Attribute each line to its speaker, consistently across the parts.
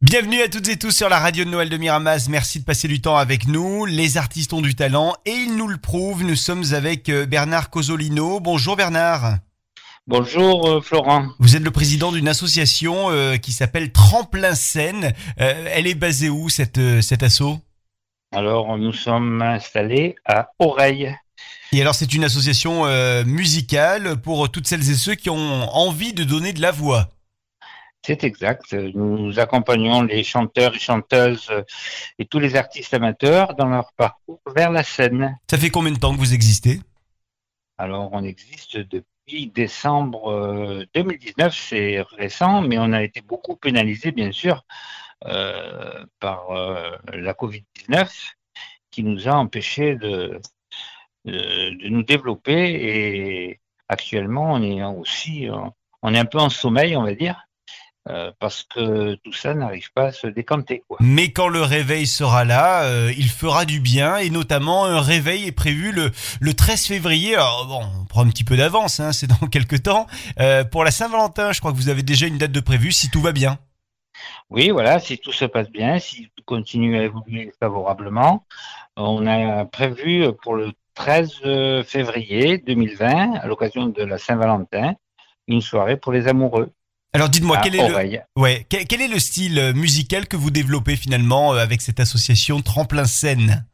Speaker 1: Bienvenue à toutes et tous sur la radio de Noël de Miramas. Merci de passer du temps avec nous. Les artistes ont du talent et ils nous le prouvent. Nous sommes avec Bernard Cozzolino. Bonjour Bernard.
Speaker 2: Bonjour Florent.
Speaker 1: Vous êtes le président d'une association qui s'appelle Tremplin Scène. Elle est basée où cette asso?
Speaker 2: Alors nous sommes installés à Oreille.
Speaker 1: Et alors c'est une association musicale pour toutes celles et ceux qui ont envie de donner de la voix.
Speaker 2: C'est exact. Nous accompagnons les chanteurs et chanteuses et tous les artistes amateurs dans leur parcours vers la scène.
Speaker 1: Ça fait combien de temps que vous existez?
Speaker 2: Alors on existe depuis décembre 2019, c'est récent, mais on a été beaucoup pénalisé bien sûr par la Covid-19 qui nous a empêchés de nous développer et actuellement on est un peu en sommeil, on va dire. Parce que tout ça n'arrive pas à se décanter, quoi.
Speaker 1: Mais quand le réveil sera là, il fera du bien et notamment un réveil est prévu le 13 février. Alors bon, on prend un petit peu d'avance, hein, c'est dans quelques temps. Pour la Saint-Valentin, je crois que vous avez déjà une date de prévue si tout va bien.
Speaker 2: Oui, voilà, si tout se passe bien, si tout continue à évoluer favorablement, on a prévu pour le 13 février 2020, à l'occasion de la Saint-Valentin, une soirée pour les amoureux.
Speaker 1: Alors dites-moi,
Speaker 2: À Oreille.
Speaker 1: quel est le style musical que vous développez finalement avec cette association Tremplin Scène?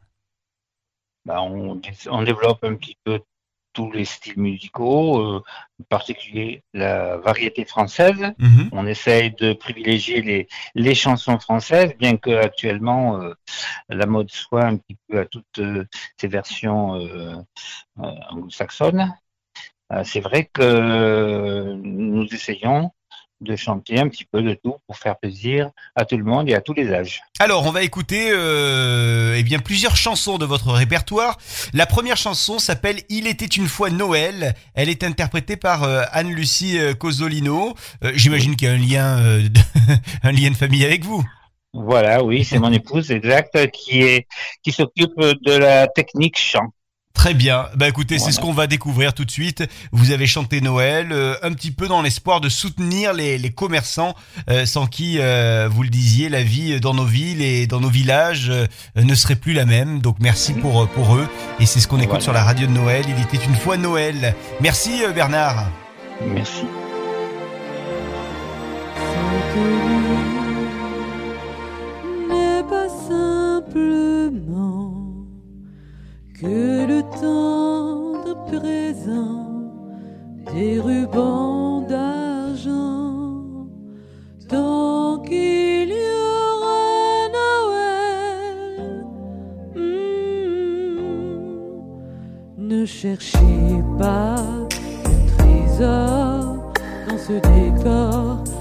Speaker 2: On développe un petit peu tous les styles musicaux, en particulier la variété française.
Speaker 1: Mhm.
Speaker 2: On essaye de privilégier les chansons françaises, bien que actuellement la mode soit un petit peu à toutes ces versions anglo-saxonnes. C'est vrai que nous essayons de chanter un petit peu de tout pour faire plaisir à tout le monde et à tous les âges.
Speaker 1: Alors on va écouter plusieurs chansons de votre répertoire. La première chanson s'appelle Il était une fois Noël. Elle est interprétée par Anne-Lucie Cozzolino. J'imagine qu'il y a un lien de famille avec vous.
Speaker 2: Voilà, oui, c'est mon épouse, exact, qui s'occupe de la technique chant.
Speaker 1: Très bien. Bah écoutez, c'est ce
Speaker 2: Voilà.
Speaker 1: qu'on va découvrir tout de suite. Vous avez chanté Noël, un petit peu dans l'espoir de soutenir les commerçants sans qui, vous le disiez, la vie dans nos villes et dans nos villages ne serait plus la même. Donc merci pour eux. Et c'est ce qu'on écoute
Speaker 2: Voilà.
Speaker 1: sur la radio de Noël. Il était une fois Noël. Merci Bernard.
Speaker 2: Merci.
Speaker 3: N'est pas simplement que le tendre présent des rubans d'argent, tant qu'il y aura Noël. Ne cherchez pas le trésor dans ce décor